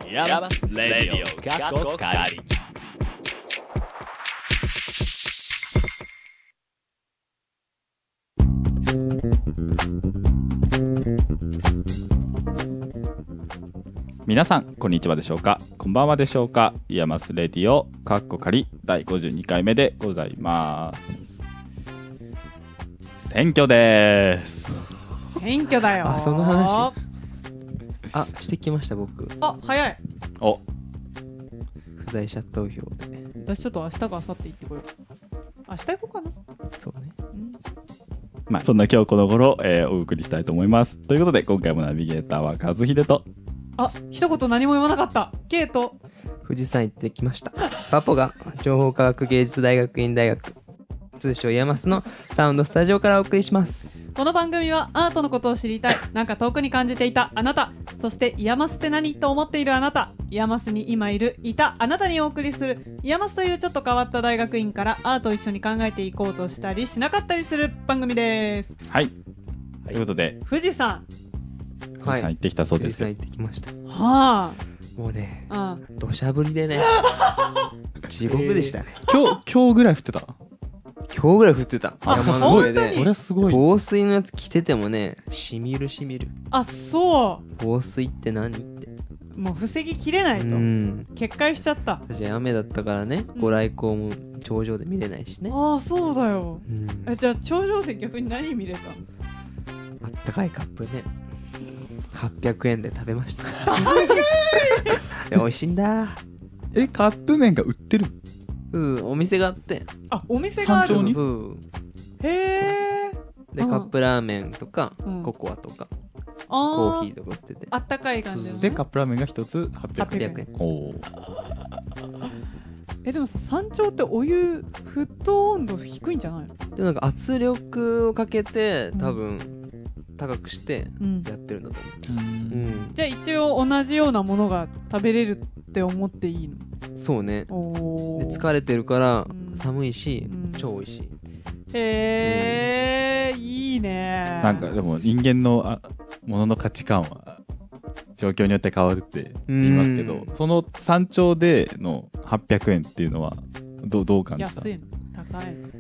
ヤマスレディオかっこかり。皆さんこんにちはでしょうか、こんばんはでしょうか。イヤマスレディオかっこかり第52回目でございます。選挙です。 選挙だよ。 あ、その話してきました僕。 早い。 お、 不在者投票で。 私ちょっと明日か明後日行ってこよう。明日行こうかな。 そうね、 まあそんな今日この頃、お送りしたいと思います。ということで今回もナビゲーターは和秀と、 一言何も言わなかった。ケイト。 富士山行ってきました。パポが情報科学芸術大学院大学通称イヤマスのサウンドスタジオからお送りします。 この番組はアートのことを知りたい、なんか遠くに感じていたあなた、そしてイヤマスって何と思っているあなた、イヤマスに今いたあなたにお送りするイヤマスというちょっと変わった大学院からアートを一緒に考えていこうとしたりしなかったりする番組です。 はい、ということで富士山富士山行ってきたそうです。 富士山行ってきました。 はあ、 もうね、土砂降りでね地獄でしたね。 今日ぐらい降ってた。 今日ぐらい降ってた。山の上でこれすごい。 防水のやつ着ててもね、しみる。 そう。 防水って何ってもう防ぎきれないと、決壊しちゃった。 私雨だったからね、ご来光も頂上で見れないしね。 そうだよ、じゃあ頂上で逆に何見れた？ あったかいカップね、800円で食べました。美味しいんだ。 カップ麺が売ってる？ お店があって。 お店がある。 山頂に？ へえ。 でカップラーメンとか、ココアとかコーヒーとか売ってて、 あったかい感じでカップラーメンが一つ800円。 おでもさ、山頂ってお湯沸騰温度低いんじゃないの？ でなんか圧力をかけて多分、高くしてやってるんだと思う。 じゃあ一応同じようなものが食べれるって思っていいの？ そうね。で疲れてるから寒いし、超美味しい。 いいね。 なんかでも人間のものの価値観は状況によって変わるって言いますけど、その山頂での800円っていうのはどう感じた？ 安いの？高いの？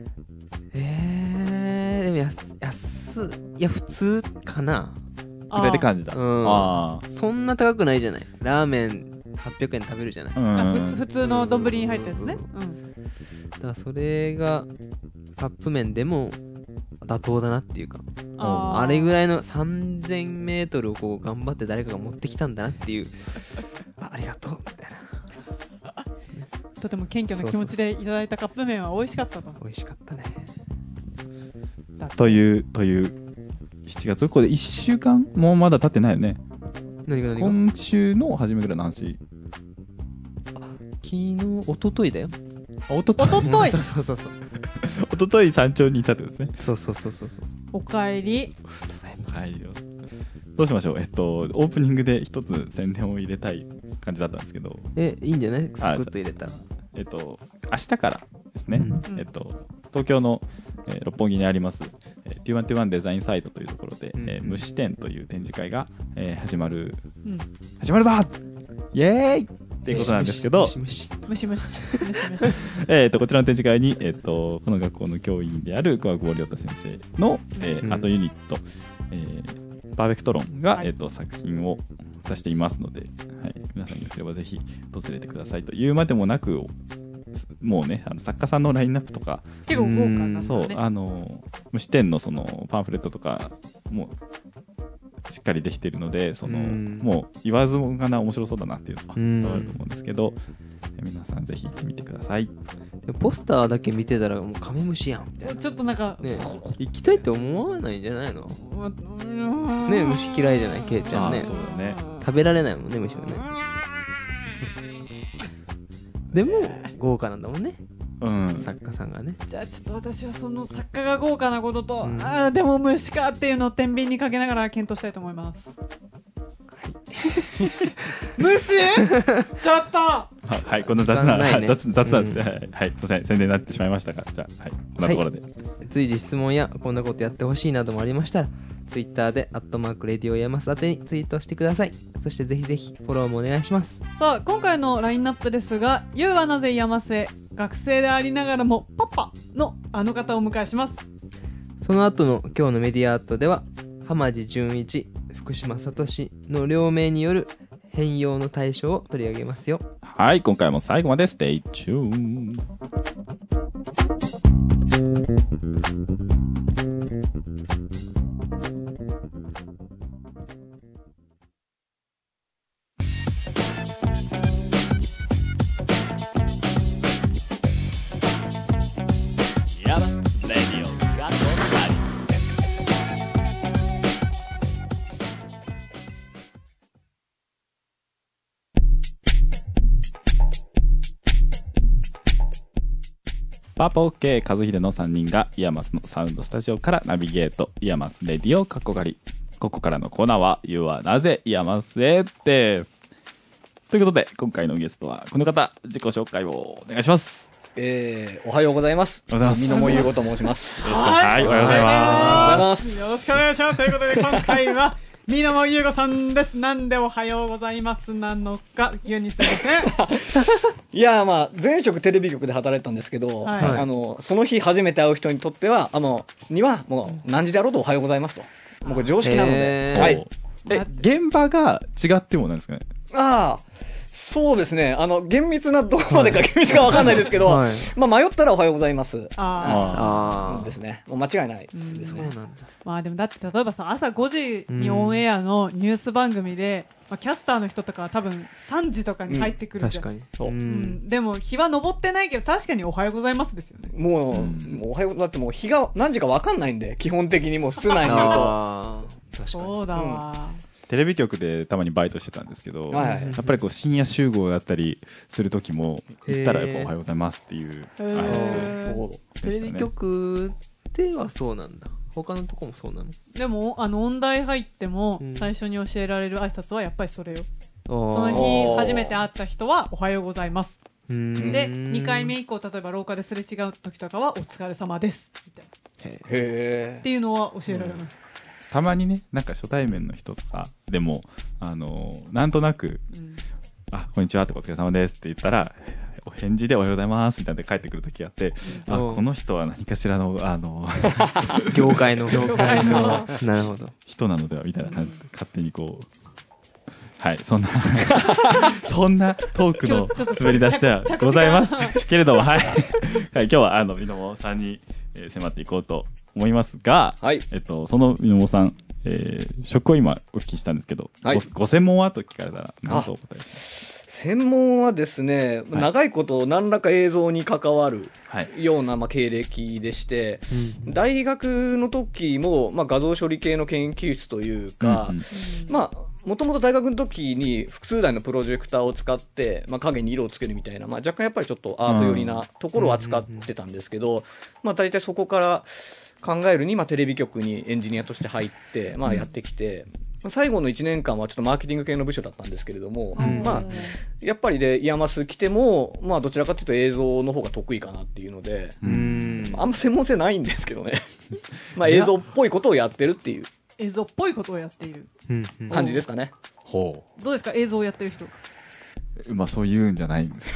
でもいや普通かなぐらいで感じた。 そんな高くないじゃない。ラーメン800円食べるじゃない。 普通の丼に入ったやつね。 だからそれがカップ麺でも妥当だなっていうか、あれぐらいの3000メートルをこう頑張って誰かが持ってきたんだなっていうありがとうみたいな。 とても謙虚な気持ちでいただいたカップ麺は美味しかったと。 美味しかったね。 という7月、これ1週間もうまだ経ってないよね。 何が今週の初めぐらいの話。 昨日、一昨日だよ。 一昨日そう一昨日山頂にいたってことですね。 そう。 おかえり。 おかえりよ。どうしましょう。オープニングで一つ宣伝を入れたい感じだったんですけど。 いいんじゃない？サクッと入れたら。 明日からですね、東京の、六本木にあります2121デザインサイトというところで、虫展という展示会が、始まるぞイエーイっていうことなんですけど、 ムシムシこちらの展示会に、この学校の教員である小久保亮太先生の、アートユニット、パーフェクトロンが、作品を出していますので、皆さんよければぜひ訪れてくださいというまでもなく、もうね、作家さんのラインナップとか結構豪華な、 虫展のそのパンフレットとかもしっかりできているので、もう言わずもがな面白そうだなっていうのが伝わると思うんですけど、皆さんぜひ行ってみてください。 でポスターだけ見てたらもうカメムシやんみたいな。 ちょっとなんか、 行きたいって思わないんじゃないの？ね、虫嫌いじゃないケイちゃんね。 そうだね。 食べられないもんね、虫はね。でも豪華なんだもんね、作家さんがね。 じゃあちょっと私はその作家が豪華なことと、でも虫かっていうのを天秤にかけながら検討したいと思います。虫ちょっとはい、この雑な、雑なって、はい、すいません、宣伝になってしまいましたが、じゃあ、こんなところで、 随時質問やこんなことやってほしいなどもありましたら Twitter でレディオイヤマス宛てにツイートしてください。そしてぜひぜひフォローもお願いします。 さあ今回のラインナップですが、ゆうはなぜイヤマスへ、学生でありながらもパパのあの方をお迎えします。 その後の今日のメディアアートでは、浜地純一、福島聡の両名による変容の対象を取り上げますよ。 はい、今回も最後までステイチューン。パポケ和秀の3人がイヤマスのサウンドスタジオからナビゲート、イヤマスレディオカッコ狩り。ここからのコーナーはゆうはなぜイヤマスへです。ということで今回のゲストはこの方、自己紹介をお願いします。 おはようございます。 おはようございます。 美濃もゆうごと申します。 はい、おはようございます。 よろしくお願いします。ということで今回は美濃もゆうごさんです。なんでおはようございますなのか急にすいません。 いやまあ前職テレビ局で働いてたんですけど、 はい、 その日初めて会う人にとってはにはもう何時であろうとおはようございますと、もうこれ常識なので、はい。 現場が違ってもなんですかね。 そうですね、厳密などこまでか厳密か分かんないですけど、はい、まあ迷ったらおはようございますですね。もう間違いないですね。 まあでもだって例えばさ、朝5時にオンエアのニュース番組で、まあ、キャスターの人とかは多分3時とかに入ってくるじゃん。 確かにそう、 でも日は昇ってないけど確かにおはようございますですよね。もうおはようだってもう日が何時か分かんないんで、基本的にもう室内にいると。 そうだわ、 テレビ局でたまにバイトしてたんですけど、やっぱりこう深夜集合だったりする時も行ったらやっぱおはようございますっていうテレビ局ではそうなんだ。他のとこもそうなの？ でも音大入っても最初に教えられる挨拶はやっぱりそれよ。その日初めて会った人はおはようございます。で2回目以降、例えば廊下ですれ違う時とかはお疲れ様ですみたいなっていうのは教えられます。 たまにね、なんか初対面の人とかでもなんとなく、こんにちはとかお疲れ様ですって言ったらお返事でおはようございますみたいなで帰ってくる時があって、この人は何かしらの業界のなるほど人なのではみたいな感じで勝手にこう、はい、そんなそんなトークの滑り出しではございますけれども、はい、はい、今日は美濃さんに迫っていこうと思いますが、 はい、 その美濃さん、職を今お聞きしたんですけど、はい、ご専門はと聞かれたら何とお答えします？ 専門はですね、長いこと何らか映像に関わるような経歴でして、大学の時も画像処理系の研究室というか、もともと大学の時に複数台のプロジェクターを使って、影に色をつけるみたいな、若干やっぱりちょっとアート寄りなところを扱ってたんですけど、大体そこから考えるに、テレビ局にエンジニアとして入って、やってきて、最後の1年間はちょっとマーケティング系の部署だったんですけれども、やっぱりでイヤマス来ても、どちらかというと映像の方が得意かなっていうので、あんま専門性ないんですけどね映像っぽいことをやってるっていう、 映像っぽいことをやっている感じですかね。 どうですか、映像をやってる人？ そういうんじゃないんです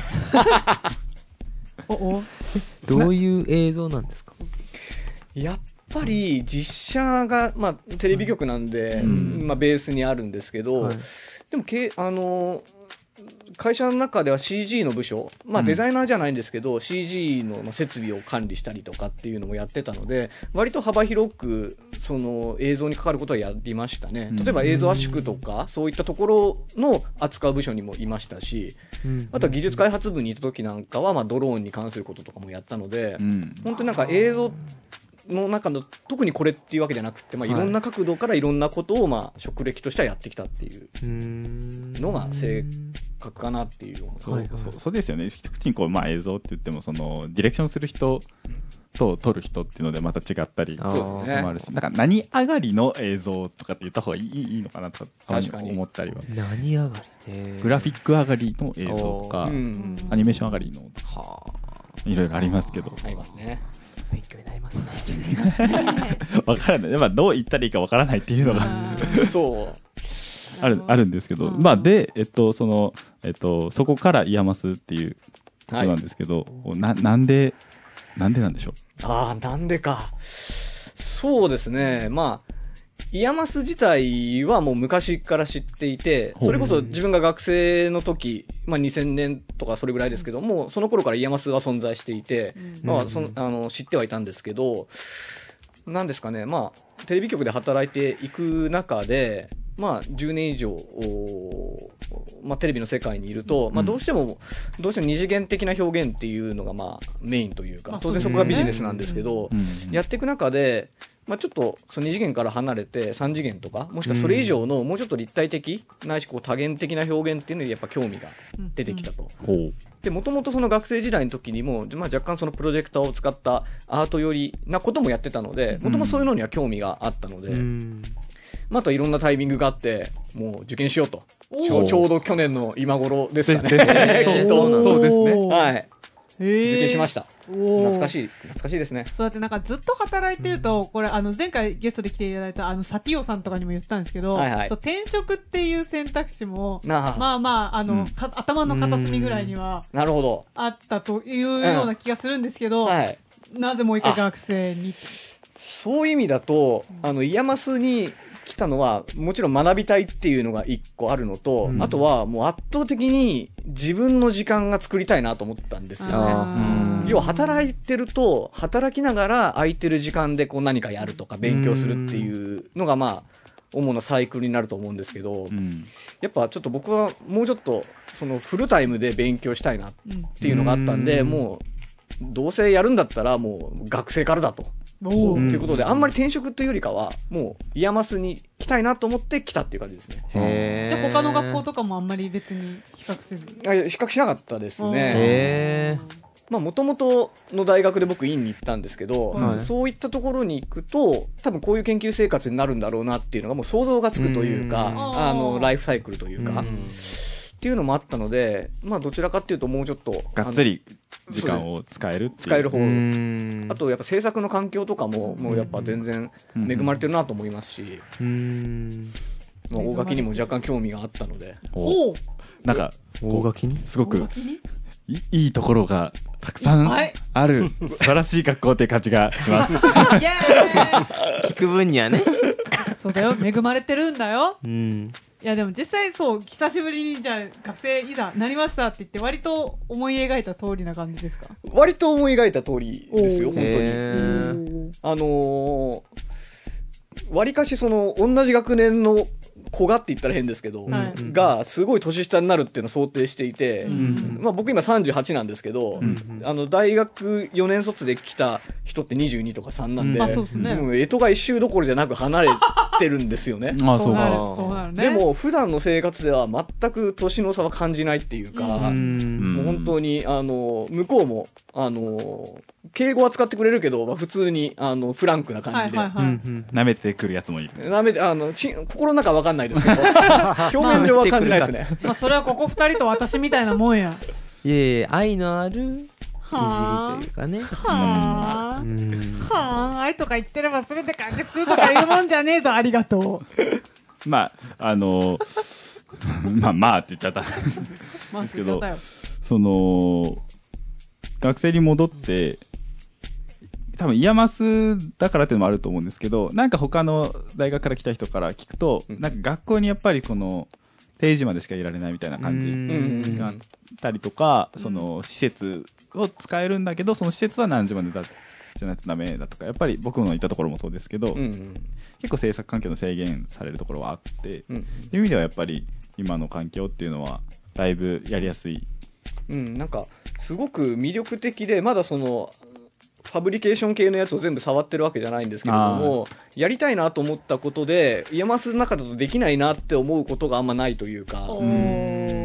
どういう映像なんですか？ やっぱり実写が、テレビ局なんで、ベースにあるんですけど、でも会社の中では CG の部署、デザイナーじゃないんですけど、CG の設備を管理したりとかっていうのもやってたので、割と幅広くその映像に関わることはやりましたね。例えば映像圧縮とかそういったところの扱う部署にもいましたし、あとは技術開発部にいた時なんかはドローンに関することとかもやったので、本当になんか映像の中の特にこれっていうわけじゃなくて、いろんな角度からいろんなことを職歴としてはやってきたっていうのが正確かなっていう。 そうですよね。一口にこう、映像って言ってもそのディレクションする人と撮る人っていうのでまた違ったりもあるし、なんか何上がりの映像とかって言った方がいいのかなとか思ったりは。 何上がり？ グラフィック上がりの映像とか、アニメーション上がりのとか、いろいろありますけど。 ありますね。 勉強になりますね。 わからない、まあ、どう言ったらいいかわからないっていうのがそうあるんですけど、まあで、そこからイヤマスっていうことなんですけど、なんでなんでしょう。 なんでか。そうですね。まあイヤマス自体はもう昔から知っていて、それこそ自分が学生の時、まあ、2000年とかそれぐらいですけども、その頃からイヤマスは存在していて、まあ、知ってはいたんですけど、なんですかね、まあ、テレビ局で働いていく中で、まあ、10年以上、まあ、テレビの世界にいると、まあ、どうしても二次元的な表現っていうのがまあメインというか、当然そこがビジネスなんですけど、やっていく中で、まあ、ちょっとその2次元から離れて3次元とかもしくはそれ以上のもうちょっと立体的ないしこう多元的な表現っていうのにやっぱ興味が出てきたと。でもともとその学生時代の時にも、まあ、若干そのプロジェクターを使ったアート寄りなこともやってたので、もともとそういうのには興味があったので、またいろんなタイミングがあってもう受験しようと。ちょうど去年の今頃ですかね。 そうですね。 はい。受験しました。懐かしいですね。 そうやってなんかずっと働いてると、これ前回ゲストで来ていただいたサティオさんとかにも言ったんですけど、 はいはい、 そう転職っていう選択肢もまあまあ頭の片隅ぐらいにはなるほどあったというような気がするんですけど、はい、なぜもう一回学生に。 そういう意味だとイヤマスに来たのはもちろん学びたいっていうのが一個あるのと、あとはもう圧倒的に自分の時間が作りたいなと思ったんですよね。要は働いてると働きながら空いてる時間でこう何かやるとか勉強するっていうのがまあ主なサイクルになると思うんですけど、やっぱちょっと僕はもうちょっとそのフルタイムで勉強したいなっていうのがあったんで、もうどうせやるんだったらもう学生からだと。ということであんまり転職というよりかはもうイヤマスに来たいなと思って来たっていう感じですね。 じゃあ他の学校とかもあんまり別に比較せず。 比較しなかったですね。もともとの大学で僕院に行ったんですけど、そういったところに行くと多分こういう研究生活になるんだろうなっていうのがもう想像がつくというか、ライフサイクルというかっていうのもあったので、まあどちらかっていうともうちょっとがっつり時間を使える方、あとやっぱ制作の環境とかももうやっぱ全然恵まれてるなと思いますし、大垣にも若干興味があったので、 なんか大垣にすごくいいところがたくさんある素晴らしい学校って感じがします。 聞く分にはね。 そうだよ、恵まれてるんだよ。いやでも実際そう久しぶりにじゃあ学生いざなりましたって言って割と思い描いた通りな感じですか？ 割と思い描いた通りですよ本当に。わりかしその同じ学年の子がって言ったら変ですけど、がすごい年下になるっていうのを想定していて、まあ僕今38なんですけど、大学4年卒で来た人って22とか3なんで、干支が一周どころじゃなく離れてるんですよね。でも普段の生活では全く年の差は感じないっていうか、もう本当に向こうも敬語は使ってくれるけど、普通にフランクな感じで舐めてくるやつもいる。 心の中は分かんないですけど表面上は感じないですね。 まあそれはここ2人と私みたいなもんや。 いえいえ、愛のあるいじりというかね。 はあ、愛とか言ってれば全て完結するとか言うもんじゃねえぞ。ありがとう。まあまあって言っちゃったんですけど、その学生に戻って多分イヤマスだからっていうのもあると思うんですけど、なんか他の大学から来た人から聞くと、なんか学校にやっぱりこの定時までしかいられないみたいな感じがあったりとか、その施設を使えるんだけどその施設は何時までだじゃないとダメだとか、やっぱり僕のいたところもそうですけど、結構制作環境の制限されるところはあって、っていう意味ではやっぱり今の環境っていうのはだいぶやりやすい。 なんかすごく魅力的で、まだそのファブリケーション系のやつを全部触ってるわけじゃないんですけれども、やりたいなと思ったことでイヤマスの中だとできないなって思うことがあんまないというか、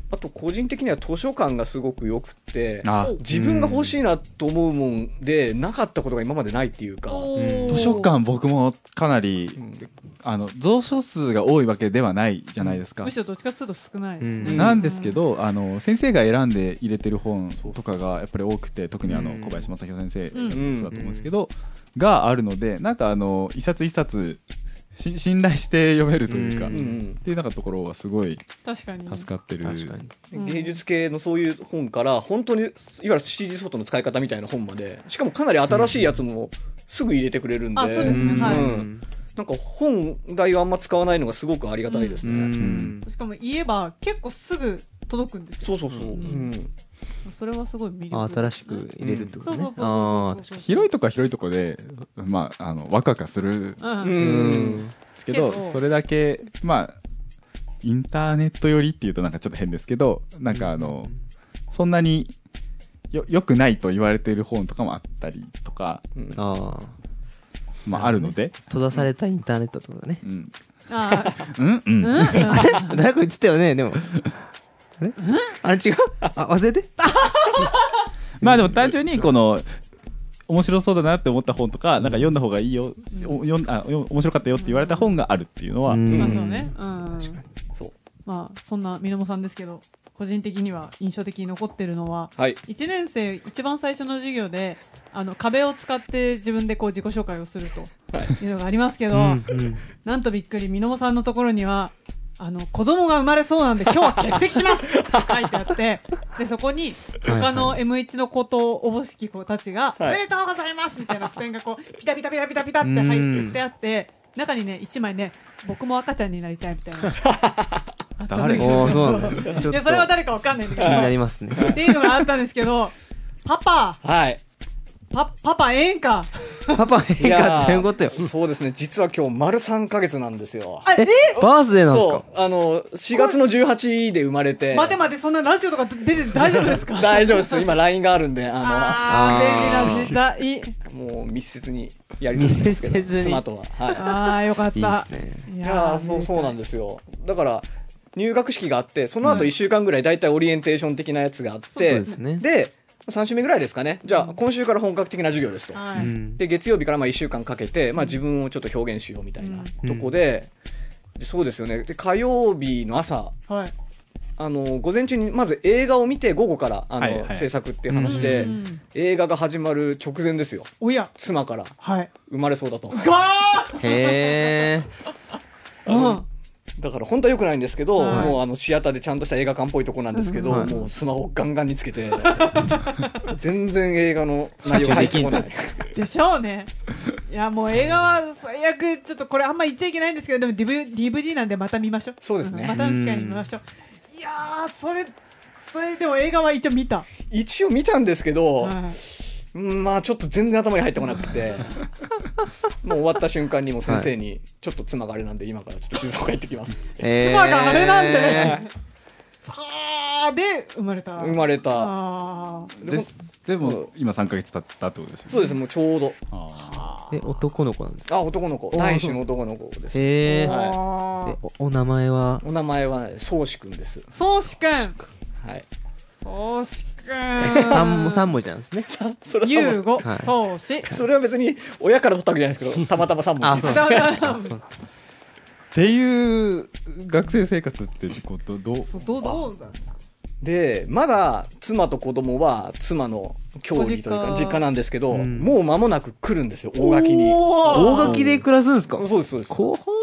あと個人的には図書館がすごくよくってあ自分が欲しいなと思うもんでなかったことが今までないっていうか、 図書館僕もかなりうん蔵書数が多いわけではないじゃないですか、 むしろどっちかというと少ないですね、 なんですけど先生が選んで入れてる本とかがやっぱり多くて、特に小林正弘先生がそうだと思うんですけど、があるので、なんか一冊一冊信頼して読めるというか、っていうなんかところはすごい確かに助かってる。 確かに芸術系のそういう本から本当にいわゆる CG ソフトの使い方みたいな本まで、しかもかなり新しいやつもすぐ入れてくれるんで、 あそうですね、はい、 なんか本題をあんま使わないのがすごくありがたいですね。 しかも言えば結構すぐ届くんですよ。 そうそうそう、 それはすごい魅力ですね。 新しく入れるってことね。 そうそうそうそうああ、 広いとか広いとこで、まあ、ワクワクするんですけど、 けどそれだけ、まあ、インターネット寄りっていうとなんかちょっと変ですけど、なんかそんなに良くないと言われている本とかもあったりとか、 ああ、 まあ、あるので、 閉ざされたインターネットってことね。 あ誰か言ってたよね、でも。あれ違う？忘れて。 まあでも単純にこの面白そうだなって思った本とか、なんか読んだ方がいいよ、面白かったよって言われた本があるっていうのは、 まあそうね、 確かにそう。 まあそんなみのもさんですけど、個人的には印象的に残ってるのは、 はい、 1年生一番最初の授業で壁を使って自分でこう自己紹介をするというのがありますけど、なんとびっくり、みのもさんのところには子供が生まれそうなんで今日は欠席しますって書いてあって、でそこに他の M1 の子とおぼしき子たちが、おめでとうございますみたいな付箋がこうピタピタピタピタピタって入ってあって、中にね1枚ね、僕も赤ちゃんになりたいみたいな誰おー、そうなんだ。ちょっといやそれは誰かわかんないんだけど気になりますね。 っていうのがあったんですけど、パパはいパパええんかパパ変化っていうことよ。 そうですね、実は今日丸3ヶ月なんですよ。 あバースデーなんですそか？ う4月の18で生まれて、 待て、そんなラジオとか出て大丈夫ですか？ 大丈夫です今 LINE があるんで便利な時代。 もう密接にやり取りしてますけど密接に妻とは、はい、 よかった。 いいですね。 いやそうなんですよ。だから入学式があって、その後1週間ぐらいだいたいオリエンテーション的なやつがあって、 そうですね。 で3週目ぐらいですかね、じゃあ今週から本格的な授業ですと、 はいで月曜日から1週間かけて、自分をちょっと表現しようみたいなとこで、そうですよね。で火曜日の朝、 はい午前中にまず映画を見て、午後からはいはい制作っていう話で、映画が始まる直前ですよ、 おや妻からはい生まれそうだと。 へうんだから本当は良くないんですけど、 はいもうシアターでちゃんとした映画館っぽいとこなんですけど、 はいもうスマホガンガンにつけて全然映画の内容入ってこない。 でしょうね。いやもう映画は最悪、ちょっとこれあんま言っちゃいけないんですけど、でも DVD なんでまた見ましょう。 そうですねまたの機会に見ましょう。いやーそれでも映画は一応見た。 一応見たんですけど、 はいちょっと全然頭に入ってこなくてもう終わった瞬間にもう先生に、ちょっと妻があれなんで今からちょっと静岡行ってきますー。 妻があれなんてさあで生まれた。 生まれた。 あでも今3ヶ月経ったってことですよね。 そうです、もうちょうど。 男の子なんですか？ 男の子、第一の男の子です。 へー。 はお名前は？ お名前はね、宗志くんです。 宗志くん。 はい。 宗志くん。 三文字なんですね。 それは優吾はい宗志。 それは別に親から取ったわけじゃないですけど、たまたま3文字です。 っていう学生生活ってことどうどうだ。 で、まだ妻と子供は妻の郷里というかご実家実家なんですけど、 んもう間もなく来るんですよ、大垣に。 大垣で暮らすんですか？ そうです、そうです。 候補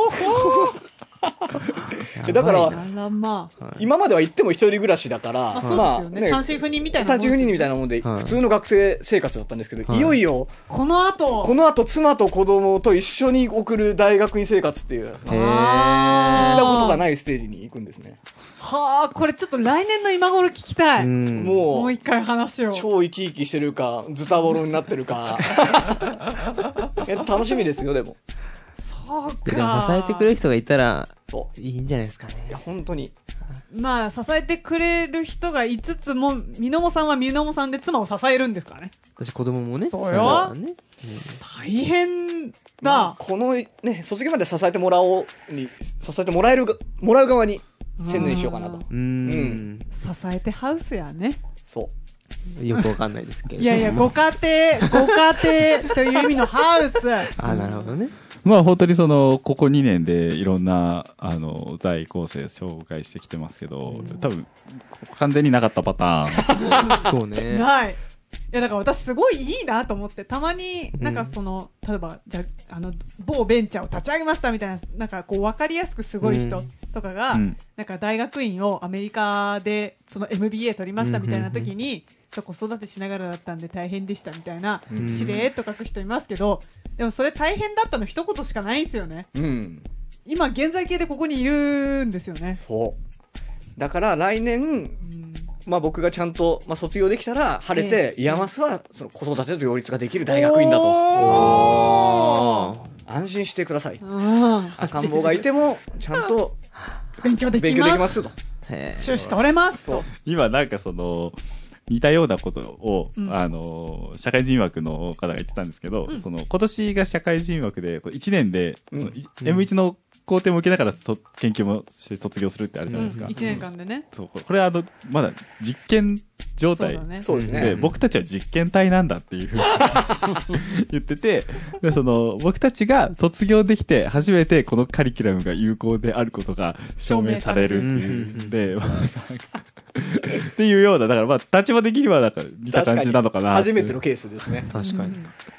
だからあらまあ。 今までは行っても一人暮らしだから、 そうですよね。単身赴任みたいなもんですよね。 単身赴任みたいなもんで、 はい普通の学生生活だったんですけど、 はいいよいよこの後この後妻と子供と一緒に送る大学院生活っていう、聞いたことがい。 ないステージに行くんですね。 はあ、これちょっと来年の今頃聞きたい。ももうう一回話を。 超生き生きしてるかズタボロになってるか楽しみですよ。でもそうか。 でも支えてくれる人がいたらそいいんじゃないですかね。 いや本当にまあ支えてくれる人がいつつも、みのもさんはみのもさんで妻を支えるんですからね。 私子供もね。 そうよだね。 大変だ。 このね卒業まで支えてもらおうに支えてもらう側に専念しようかなと。 支えてハウスやね。 そうよくわかんないですけど。 いやいや、ご家庭という意味のハウス。 なるほどね。 まあ本当にここ2年でいろんな在校生紹介してきてますけど、多分完全になかったパターン。 そうね。 ない。いやだから私すごいいいなと思って、たまになんか例えばじゃあ某ベンチャーを立ち上げましたみたいな、なんかこう分かりやすくすごい人とかが、なんか大学院をアメリカでMBA 取りましたみたいな時に、子育てしながらだったんで大変でしたみたいな、しれーっと書く人いますけど、でもそれ大変だったの一言しかないんですよね。今現在形でここにいるんですよね。 そうだから来年、まあ、僕がちゃんと、卒業できたら晴れて、イヤマスはその子育てと両立ができる大学院だと。安心してください。赤ん坊がいてもちゃんと勉強できますと。 修士取れますと。 今なんか似たようなことを、社会人枠の方が言ってたんですけど、今年が社会人枠で1年で、M1 の工程も受けながら研究もして卒業するってあるじゃないですか。 1年間でね。 そう、これはまだ実験状態で、僕たちは実験体なんだっていうふうに言ってて、で僕たちが卒業できて初めてこのカリキュラムが有効であることが証明されるっていうんで、っていうような、だから立場的にはなんか似た感じなのかな。 初めてのケースですね。 確かに。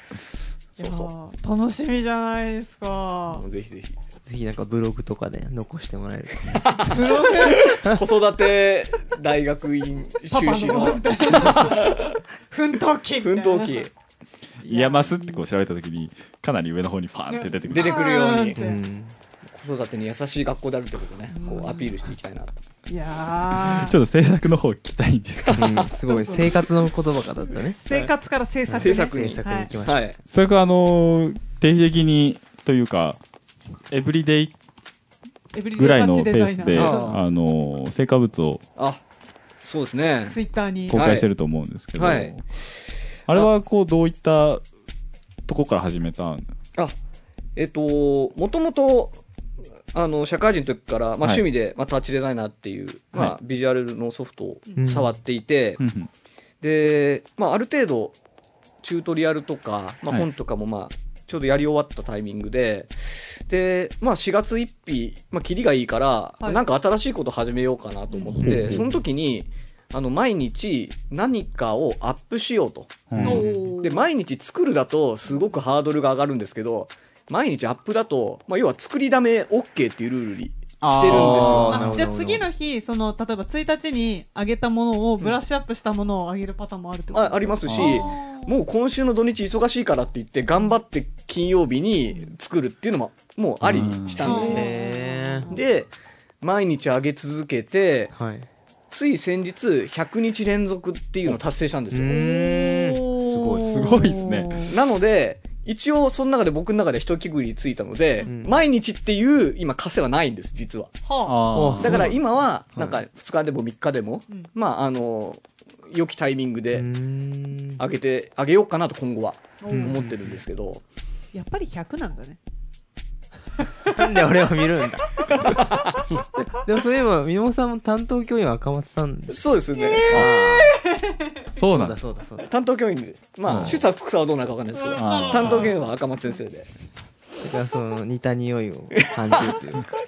楽しみじゃないですか。 ぜひぜひ。 ぜひなんかブログとかで残してもらえるブログ子育て大学院修士の奮闘記イヤマスってこう調べたときにかなり上の方にファーンって出てくるように、子育てに優しい学校であるってことね、こうアピールしていきたいなと。 いやちょっと制作の方聞きたいんですけど、 すごい生活の言葉からだったね。 生活から制作制作に行きましょう。 それから定期的にというかエブリデイぐらいのペースで成果物をそうですね、 ツイッターに公開してると思うんですけど、あれはこうどういったとこから始めた？もともと社会人の時から、趣味で、タッチデザイナーっていう、ビジュアルのソフトを触っていて、で、ある程度チュートリアルとか、本とかもちょうどやり終わったタイミングで、4月1日、キリがいいから、なんか新しいこと始めようかなと思って、その時に毎日何かをアップしようと。で毎日作るだとすごくハードルが上がるんですけど、毎日アップだと、要は作りだめ OK っていうルールにしてるんですよ。 じゃあ次の日例えば1日に上げたものをブラッシュアップしたものを上げるパターンもあるってことですか？ ありますし、もう今週の土日忙しいからって言って頑張って金曜日に作るっていうのももうありしたんですね。で毎日上げ続けて、つい先日100日連続っていうのを達成したんですよ。 すごいですね。 なので一応その中で僕の中で一区切りついたので、毎日っていう今枷はないんです実は。だから今はなんか2日でも3日でも、良きタイミングで上げようかなと今後は思ってるんですけど、 やっぱり100なんだね。 なんで俺を見るんだ。でもそういえば宮本さんも担当教員は赤松さんでしょ。 そうですね。 そうなんだ。 そうだ担当教員です。主査副査はどうなるか分かんないですけど、担当教員は赤松先生で。 だからその似た匂いを感じるというか。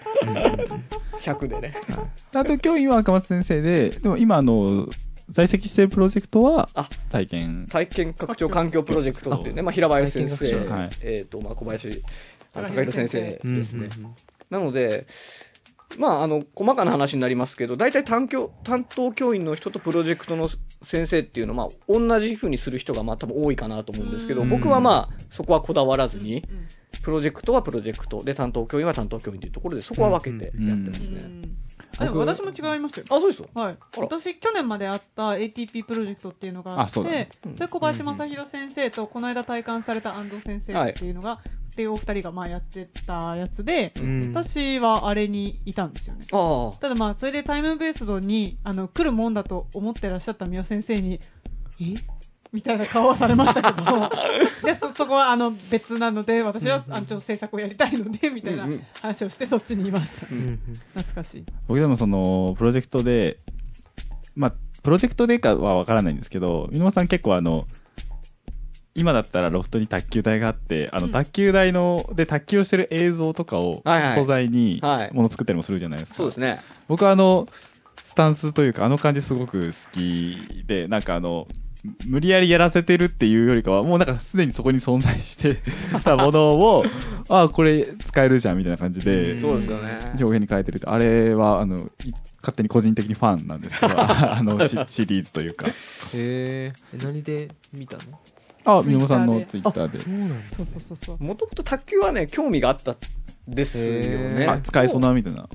100でね。 担当教員は赤松先生で、でも今在籍しているプロジェクトは体験拡張環境プロジェクトっていうね、平林先生、小林高弘先生ですね。なので細かな話になりますけど、大体担当教員の人とプロジェクトの先生っていうのは同じ風にする人が多分多いかなと思うんですけど、僕はそこはこだわらずに、プロジェクトはプロジェクトで担当教員は担当教員というところでそこは分けてやってますね。 でも私も違いましたよ。 そうですよ。 私去年まであった ATP プロジェクトっていうのがあって、それ小林正弘先生とこの間体感された安藤先生っていうのが、っていうお二人がやってたやつで、私はあれにいたんですよね。ただそれでタイムベースドに来るもんだと思ってらっしゃった宮先生にみたいな顔をされましたけどでそこは別なので私はちょっと制作をやりたいのでみたいな話をしてそっちにいました、懐かしい。 僕でもそのプロジェクトでプロジェクトでかは分からないんですけど、箕輪さん結構今だったらロフトに卓球台があって、卓球台で卓球をしてる映像とかを素材にもの作ったりもするじゃないですか。 そうですね。 僕はスタンスというか感じすごく好きで、なんか無理やりやらせてるっていうよりかはもうなんかすでにそこに存在してたものをこれ使えるじゃんみたいな感じでそうですよね。 表現に変えてるって、あれは勝手に個人的にファンなんですけどシリーズというか。 何で見たの？ 箕輪さんのツイッターで。 そうなんですね。 そうもともと卓球はね興味があったですよね。 使えそうなみたいな。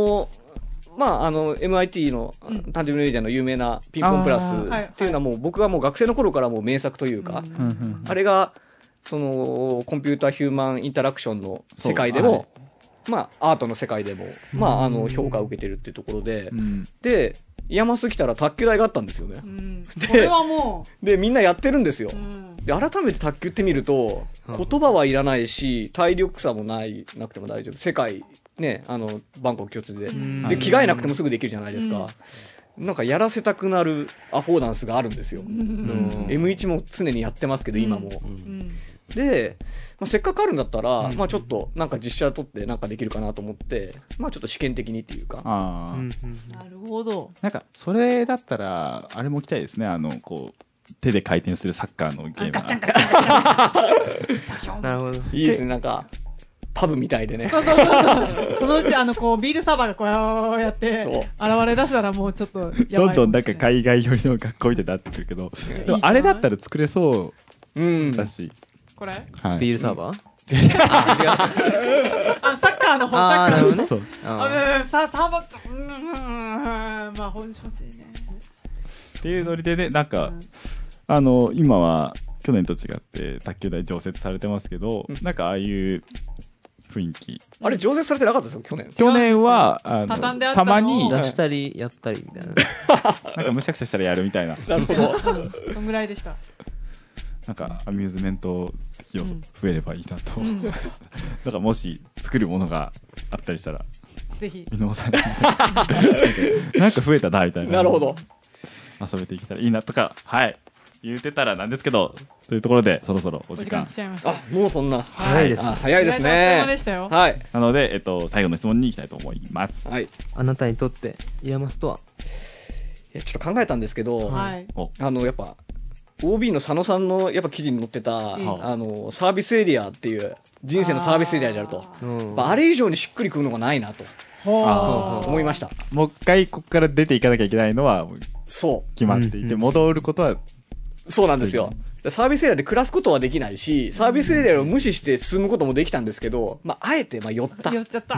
MIT のタンジブルメディアの有名なピンポンプラスっていうのはもう僕はもう学生の頃からもう名作というか、あれがそのコンピューターヒューマンインタラクションの世界でも、アートの世界でも評価を受けてるっていうところで、でイヤマス来たら卓球台があったんですよね。 それはもうでみんなやってるんですよ。で改めて卓球ってみると言葉はいらないし体力差もなくても大丈夫、世界ねバンコク共通で着替えなくてもすぐできるじゃないですか。なんかやらせたくなるアフォーダンスがあるんですよ。M1 も常にやってますけど今も。で、せっかくあるんだったら、ちょっとなんか実写撮ってなんかできるかなと思ってちょっと試験的にっていうか。 なるほど。 なんかそれだったらあれも来たいですね。こう手で回転するサッカーのゲーム。 ガチャンガチャンガチャンなるほど。 いいですね。なんかパブみたいでね。 そのうちこうビールサーバーがこうやって現れ出したらもうちょっとやばいかもしれない。 どんどんなんか海外寄りの学校みたいになってくるけど、でもあれだったら作れそうだし。 これビールサーバー？ 違う。サッカーの方、サッカーのそう。 サーバー欲しいね。 っていうノリでね、なんか今は去年と違って卓球台常設されてますけど、なんかああいう雰囲気。 あれ常設されてなかったですよ去年。 去年は畳んであったのをたまに出したりやったりみたいな。 なんかむしゃくしゃしたらやるみたいな。 なるほど。 そんぐらいでした。 なんかアミューズメント的要素増えればいいなと。だからもし作るものがあったりしたらぜひ箕輪さんになんか増えたなみたいな。 なるほど。 遊べていけたらいいなとか言うてたらなんですけど、というところでそろそろお時間来ちゃいました。 もうそんな早いですね。 早いですね。 でしたよ。 はい。 なので最後の質問に行きたいと思います。 はい。 あなたにとってイヤマスとは？ ちょっと考えたんですけど、 はい。 やっぱ OB の佐野さんのやっぱ記事に載ってた、サービスエリアっていう人生のサービスエリアであると、あれ以上にしっくりくるのがないなと思いました。 もう一回ここから出ていかなきゃいけないのはそう決まっていて、戻ることはそうなんですよ。サービスエリアで暮らすことはできないし、サービスエリアを無視して進むこともできたんですけど、あえて寄った。 寄っちゃった。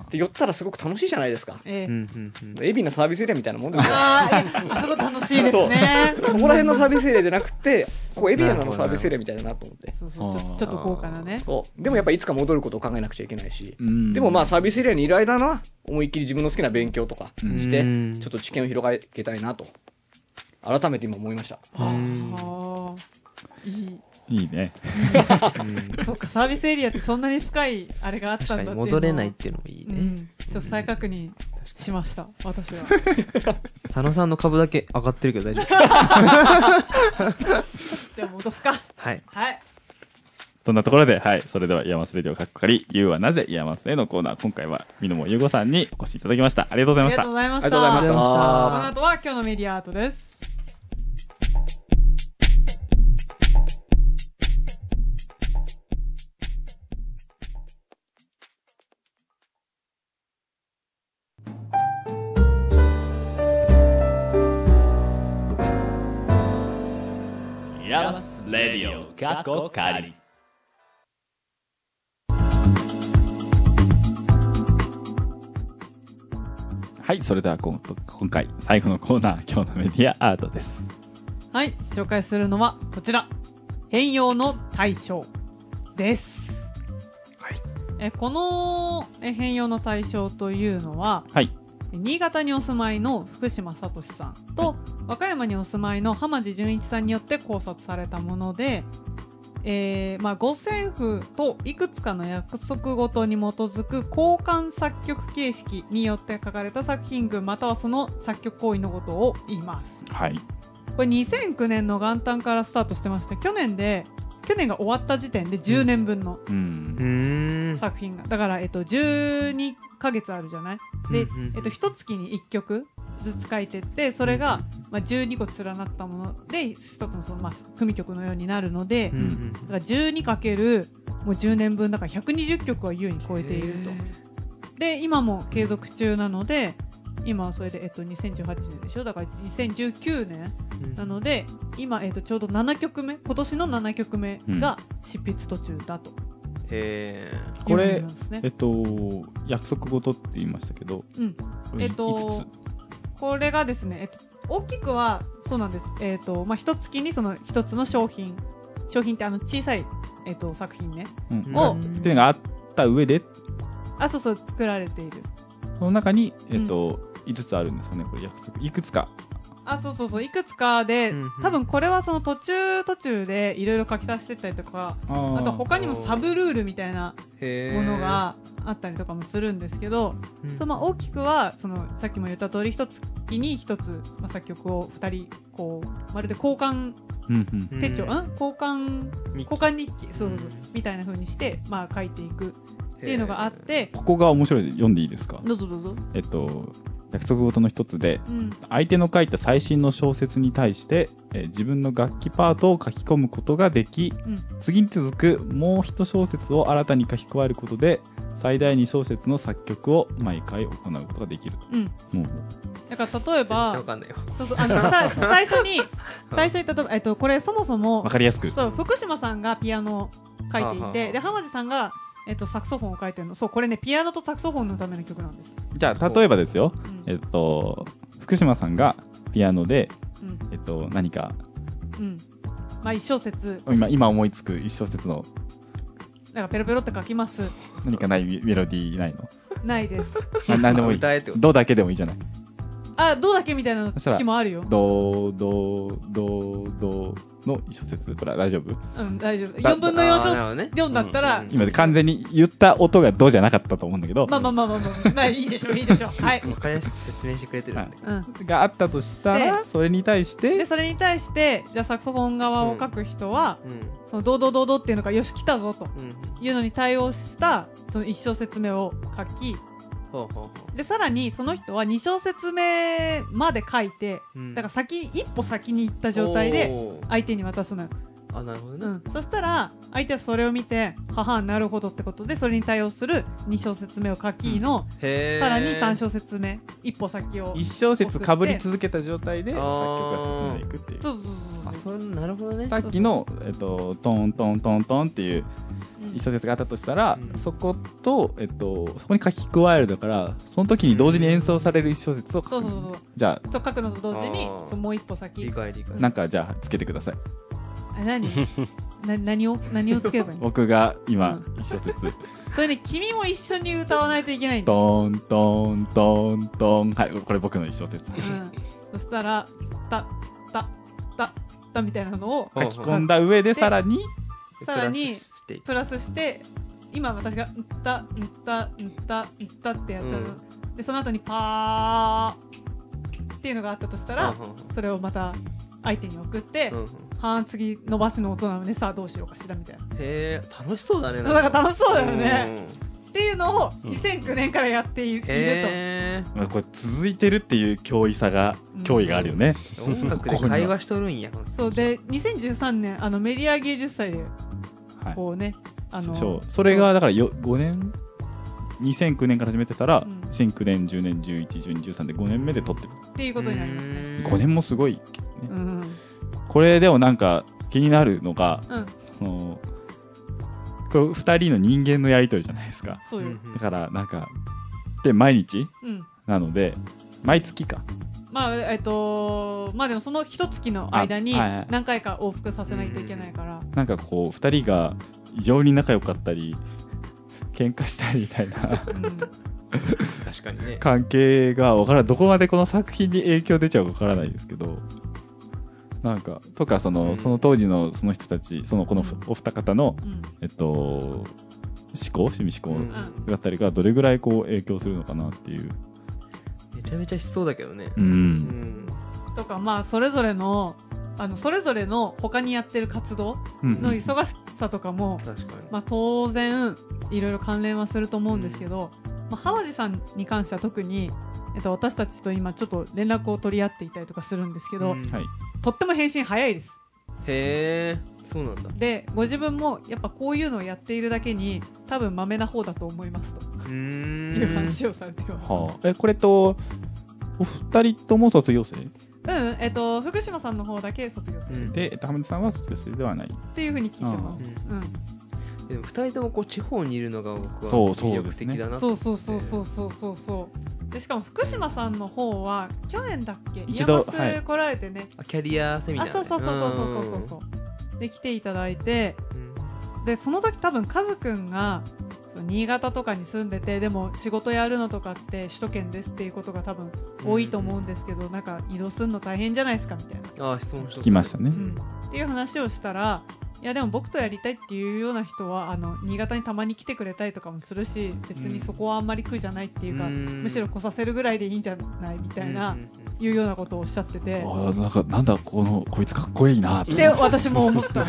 で寄ったらすごく楽しいじゃないですか。 海老名サービスエリアみたいなもんですよ。 すごい楽しいですね。 そこら辺のサービスエリアじゃなくて、海老名のサービスエリアみたいだなと思って。 そうちょっと豪華なね。 でもやっぱいつか戻ることを考えなくちゃいけないし、でもサービスエリアにいる間は思いっきり自分の好きな勉強とかしてちょっと知見を広げたいなと改めて今思いました。 いいね。 そうか、サービスエリアってそんなに深いあれがあったんだっていうのは戻れないっていうのもいいね。 ちょっと再確認しました私は。 佐野さんの株だけ上がってるけど大丈夫？ じゃあ戻すか。 はい。 そんなところで、それではイヤマスレディオかっこかり、Youはなぜイヤマスへのコーナー、今回は箕輪優吾さんにお越しいただきました。ありがとうございました。 ありがとうございました。 ありがとうございました。 この後は今日のメディアアートです。 イヤマスレディオかっこかり。はい、それでは今回最後のコーナー、今日のメディアアートです。 はい、紹介するのはこちら、変容の対象です。この変容の対象というのは、 新潟にお住まいの福島聡さんと、和歌山にお住まいの浜地純一さんによって考察されたもので、五線譜といくつかの約束ごとに基づく交換作曲形式によって書かれた作品群またはその作曲行為のことを言います。 はい。 これ2009年の元旦からスタートしてまして、去年が終わった時点で10年分の作品が、だから、12ヶ月あるじゃない。で、1月に1曲ずつ書いてって、それが、12個連なったもので1つのその、組曲のようになるので、だから 12× もう10年分だから120曲は優に超えていると。で今も継続中なので、今はそれで、2018年でしょ、だから2019年なので、今、ちょうど7曲目、今年の7曲目が執筆途中だと、 これ、約束事って言いましたけど、 これがですね、大きくはそうなんです。一月にその一つの商品って小さい、作品ね、をっていうのがあった上で、 そう作られている。 その中に5つあるんですよね。これ約束いくつか。 そういくつかで、多分これはその途中でいろいろ書き足してったりとか、あと他にもサブルールみたいなものがあったりとかもするんですけど、大きくはそのさっきも言った通り一月に一つ、作曲を2人こうまるで交換手帳、交換日記みたいな風にして書いていくっていうのがあって、 ここが面白いで読んでいいですか。 どうぞ。 約束事の一つで、相手の書いた最新の小説に対して、自分の楽器パートを書き込むことができ、次に続くもう一小節を新たに書き加えることで最大2小節の作曲を毎回行うことができると。 だから例えば全然わかんないよ。 最初に例えば、これそもそもわかりやすく、 福島さんがピアノを書いていて、で浜地さんがサクソフォンを書いてるの。これね、ピアノとサクソフォンのための曲なんです。 じゃあ例えばですよ、福島さんがピアノで、何か、 1小節今思いつく1小節のなんかペロペロって書きます。 何かないメロディーないの？ ないです。 何でもいい。ドだけでもいいじゃない。 ドだけみたいな時もあるよ。 ドの一小節、これは大丈夫？ 大丈夫。4分の4だったら、 今で完全に言った音がドじゃなかったと思うんだけど、 いいでしょう。はい。 分かりやすく説明してくれてるんで、 があったとしたら、それに対してじゃあサクソフォン側を書く人は、そのドドっていうのがよし来たぞというのに対応したその1小節目を書き、でさらにその人は2小節目まで書いて、だから一歩先に行った状態で相手に渡すのよ。 なるほどね。 そしたら相手はそれを見て、なるほどってことで、それに対応する2小節目を書きの、さらに3小節目一歩先を 1小節かぶり続けた状態で作曲が進んでいくっていう。 なるほどね。 さっきのトントントントンっていう一小節があったとしたら、そことそこに書き加えるだから、その時に同時に演奏される一小節を書く。じゃあ書くのと同時にもう一歩先。 理解。 なんかじゃあつけてください。 何をつければいいの？ 僕が今一小節。 それね、君も一緒に歌わないといけないんだ。 トントントントン。はい、これ僕の一小節。 そしたらタみたいなのを書き込んだ上でさらにプラスして、今私がったってやったので、その後にパーっていうのがあったとしたら、それをまた相手に送って、次伸ばすの音なので、さあどうしようかしらみたいな。 楽しそうだね。 なんか楽しそうだよね。っていうのを2009年からやっていると。これ続いてるっていう脅威があるよね。 音楽で会話しとるんや。 そうで、2013年メディア芸術祭でこうね、 それがだから5年、2009年から始めてたら、2009年10年11、12、13で5年目で撮ってるっていうことになりますね。 5年もすごいけどね。これでもなんか気になるのが、これ2人の人間のやり取りじゃないですか。だからなんかで毎日、なので毎月か。 でもその一月の間に何回か往復させないといけないから、 なんかこう2人が異常に仲良かったり喧嘩したりみたいな確かにね。 関係が分からない、どこまでこの作品に影響出ちゃうか分からないですけど、なんかとかその当時のその人たち、このお二方の、趣味思考だったりがどれぐらいこう影響するのかなっていう。 めちゃめちゃしそうだけどね。 とかまあそれぞれの他にやってる活動の忙しさとかも、まあ当然いろいろ関連はすると思うんですけど、まあ、浜地さんに関しては特に、私たちと今ちょっと連絡を取り合っていたりとかするんですけど、とっても返信早いです。 へー、そうなんだ。 でご自分もやっぱこういうのをやっているだけに多分マメな方だと思いますという話をされてます。 これとお二人とも卒業生？ 福島さんの方だけ卒業生で、浜地さんは卒業生ではないっていうふうに聞いてます。 でも2人ともこう地方にいるのが僕は魅力的だなと思って。 そうでしかも福島さんの方は去年だっけ一度来られてね、 キャリアセミナー、 そうで来ていただいて、でその時多分カズくんが新潟とかに住んでて、でも仕事やるのとかって首都圏ですっていうことが多分多いと思うんですけど、なんか移動するの大変じゃないですかみたいな質問聞きましたね、 っていう話をしたら、いやでも僕とやりたいっていうような人は新潟にたまに来てくれたりとかもするし、別にそこはあんまり苦じゃないっていうか、むしろ来させるぐらいでいいんじゃないみたいな、いうようなことをおっしゃってて、 なんだこいつかっこいいなって私も思った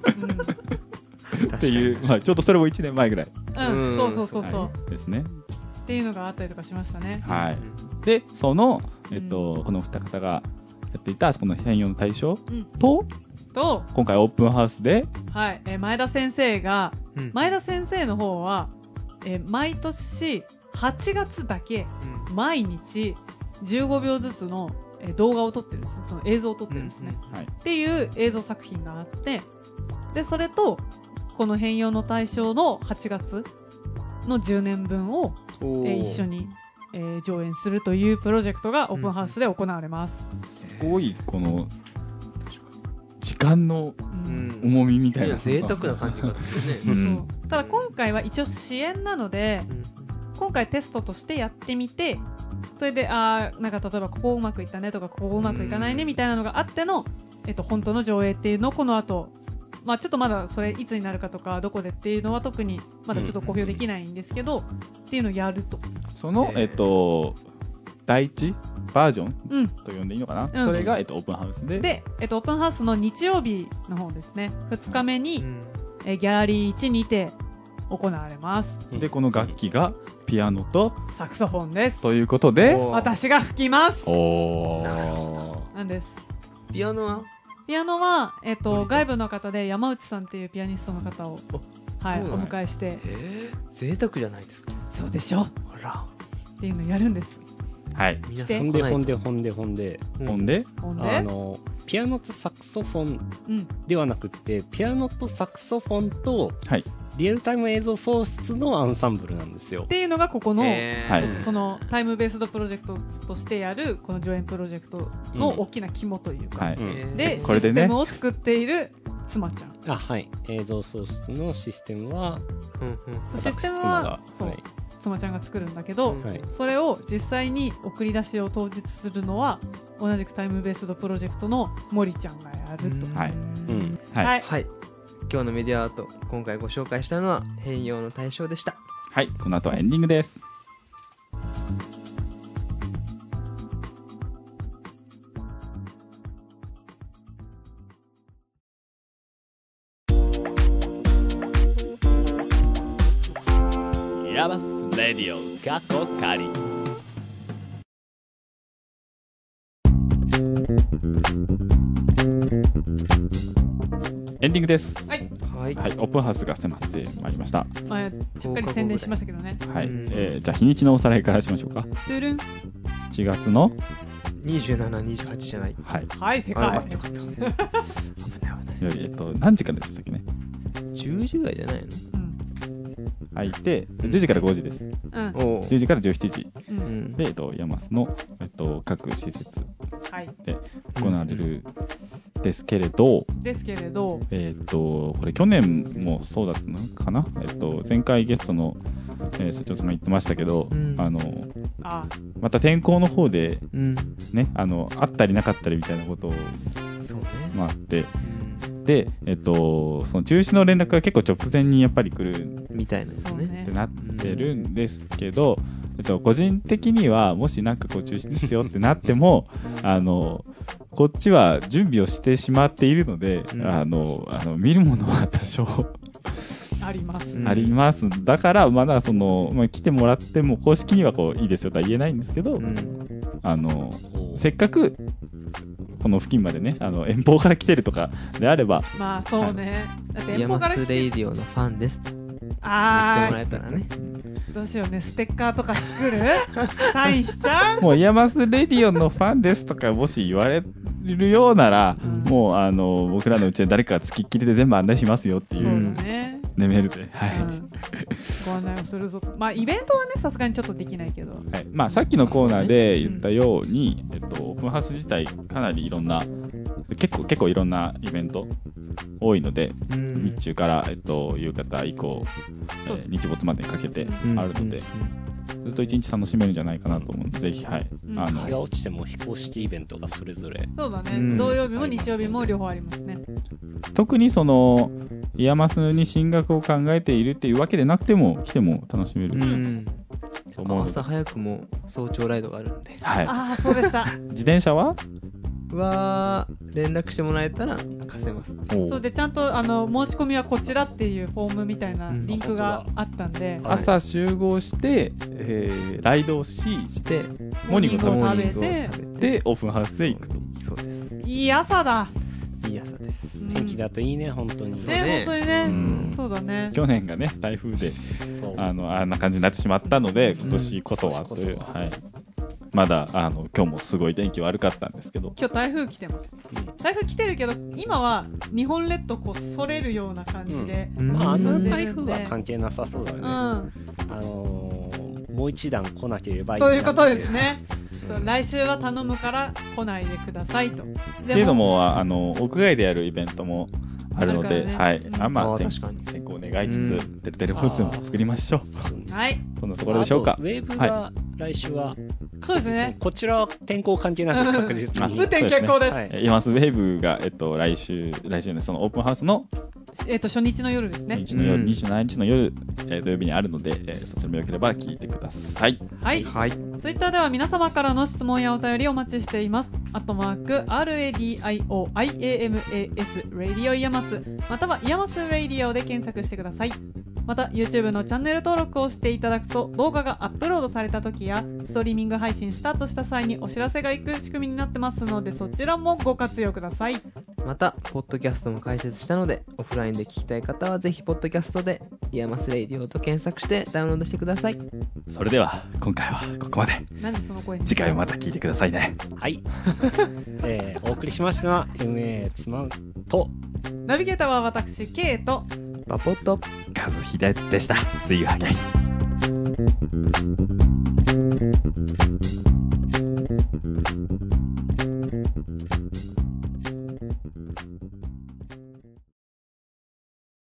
っていう、ちょうどそれも1年前ぐらい、 そうですねっていうのがあったりとかしましたね。 でこの二方がやっていたこの変容の対象と今回オープンハウスで、 前田先生の方は、毎年8月だけ毎日15秒ずつの動画を撮ってるんです、その映像を撮ってるんですね、っていう映像作品があって、でそれとこの変容の対象の8月の10年分を、一緒に、上演するというプロジェクトがオープンハウスで行われます。 すごいこの時間の重みみたいな、 贅沢な感じがするね。 ただ今回は一応支援なので、今回テストとしてやってみて、それでなんか例えばここうまくいったねとかここうまくいかないねみたいなのがあっての、本当の上映っていうのをこの後、ちょっとまだそれいつになるかとかどこでっていうのは特にまだちょっと公表できないんですけど、っていうのをやると、 その第一バージョンと呼んでいいのかな、それが、オープンハウスで、 オープンハウスの日曜日の方ですね、2日目に、ギャラリー1にて行われます。 でこの楽器がピアノとサクソフォンですということで、 私が吹きます。 なんです。 ピアノは、外部の方で山内さんっていうピアニストの方を、お迎えして、 贅沢じゃないですか。 そうでしょ、っていうのをやるんです。 皆さんほんでピアノとサクソフォンではなくて、ピアノとサクソフォンとリアルタイム映像創出のアンサンブルなんですよ。 っていうのがここの、そのタイムベースドプロジェクトとしてやるこの上演プロジェクトの大きな肝というか、でシステムを作っている妻ちゃん。 映像創出のシステムは、 システムは妻ちゃんが作るんだけど、それを実際に送り出しを当日するのは同じくタイムベースドプロジェクトの森ちゃんがやると。 今日のメディアアート、今回ご紹介したのは変容の対象でした。 この後はエンディングです。ヤバスレディオ過去仮。エンディングです。オープンハウスが迫ってまいりました。 ちゃっかり宣伝しましたけどね。 じゃあ日にちのおさらいからしましょうか。 4 月の 27、28じゃない。 正解。 よかった。危ない。 何時からでしたっけね。 10時ぐらいじゃないの。 空いて10時から5時です。10時から17時で、山須の、各施設で行われるですけれど、これ去年もそうだったのかな。前回ゲストの社長さんが言ってましたけど、また天候の方で、ね、あったりなかったりみたいなことをあって、で、その中止の連絡が結構直前にやっぱり来るみたいなんですねってなってるんですけど、個人的にはもしなんかこう中止ですよってなってもこっちは準備をしてしまっているので、見るものは多少あります、 あります。だからまだ来てもらっても公式にはこういいですよとは言えないんですけど、せっかくこの付近までね遠方から来てるとかであれば、 まあそうね、だってイヤマスレイディオのファンですって言ってもらえたらね。 どうしようね、ステッカーとか作るサインしちゃう。 もうイヤマスレディオのファンですとかもし言われるようなら、もう僕らのうちで誰かが付きっきりで全部案内しますよっていうレベルで、 ご案内をするぞと。まあイベントはねさすがにちょっとできないけど、 まあさっきのコーナーで言ったように、オープンハウス自体かなりいろんな結構いろんなイベント多いので、日中から、夕方以降、日没までかけてあるので、ずっと一日楽しめるんじゃないかなと思うので、ぜひ、 日が落ちても非公式イベントがそれぞれ、 そうだね、土曜日も日曜日も両方ありますね。 特にイヤマスに進学を考えているっていうわけでなくても来ても楽しめる、 朝早くも早朝ライドがあるんで、 ああそうでした。 自転車は連絡してもらえたら貸せます。 そうで、ちゃんと申し込みはこちらっていうフォームみたいなリンクがあったんで、 朝集合して、ライドをしてモーニングを食べてでオープンハウスで行くと。 そうです。 いい朝だ。 いい朝です。 天気だといいね、本当にね、本当にね、そうだね。 去年がね台風であんな感じになってしまったので、今年こそはという、まだ今日もすごい天気悪かったんですけど、 今日台風来てます、台風来てるけど今は日本列島こうそれるような感じで、 台風は関係なさそうだよね、もう一段来なければいいそういうことですね。そう来週は頼むから来ないでくださいと。 っていうのも屋外でやるイベントもあるので、天候を願いつつてるてる坊主でも作りましょう。 はい、 そんなところでしょうか。 ウェーブが来週は、 そうですね、 こちらは天候関係なく確実に雨天決行です。 イヤマスウェーブが来週ね、そのオープンハウスの初日の夜ですね。 初日の夜、27日の夜、土曜日にあるので、そちらもよければ聞いてください。 はい。ツイッターでは皆様からの質問やお便りをお待ちしています。@RADIOIAMAS ラディオイヤマス、またはイヤマスラディオで検索してください。また YouTube のチャンネル登録をしていただくと、動画がアップロードされた時やストリーミング配信スタートした際にお知らせが行く仕組みになってますので、そちらもご活用ください。 またポッドキャストも開設したので、オフラインで聞きたい方はぜひポッドキャストでイヤマスレイディオと検索してダウンロードしてください。 それでは今回はここまで。 なんでその声？ 次回もまた聞いてくださいね。 はい、お送りしましたのは MA つまんと、 ナビゲーターは私 K とパポット和秀でした。See you again.